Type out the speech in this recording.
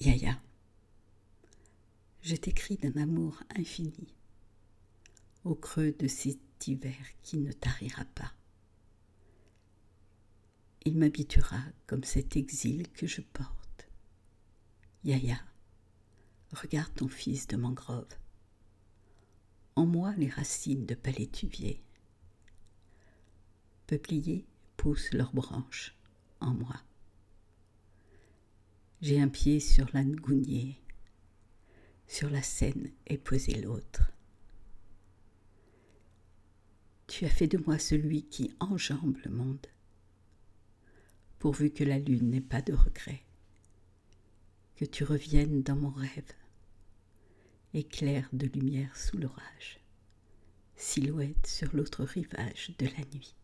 Yaya, je t'écris d'un amour infini, au creux de cet hiver qui ne tarira pas. Il m'habituera comme cet exil que je porte. Yaya, regarde ton fils de mangrove. En moi les racines de palétuvier. Peupliers poussent leurs branches en moi. J'ai un pied sur l'âne gougnier, sur la Seine est posé l'autre. Tu as fait de moi celui qui enjambe le monde, pourvu que la lune n'ait pas de regret, que tu reviennes dans mon rêve, éclair de lumière sous l'orage, silhouette sur l'autre rivage de la nuit.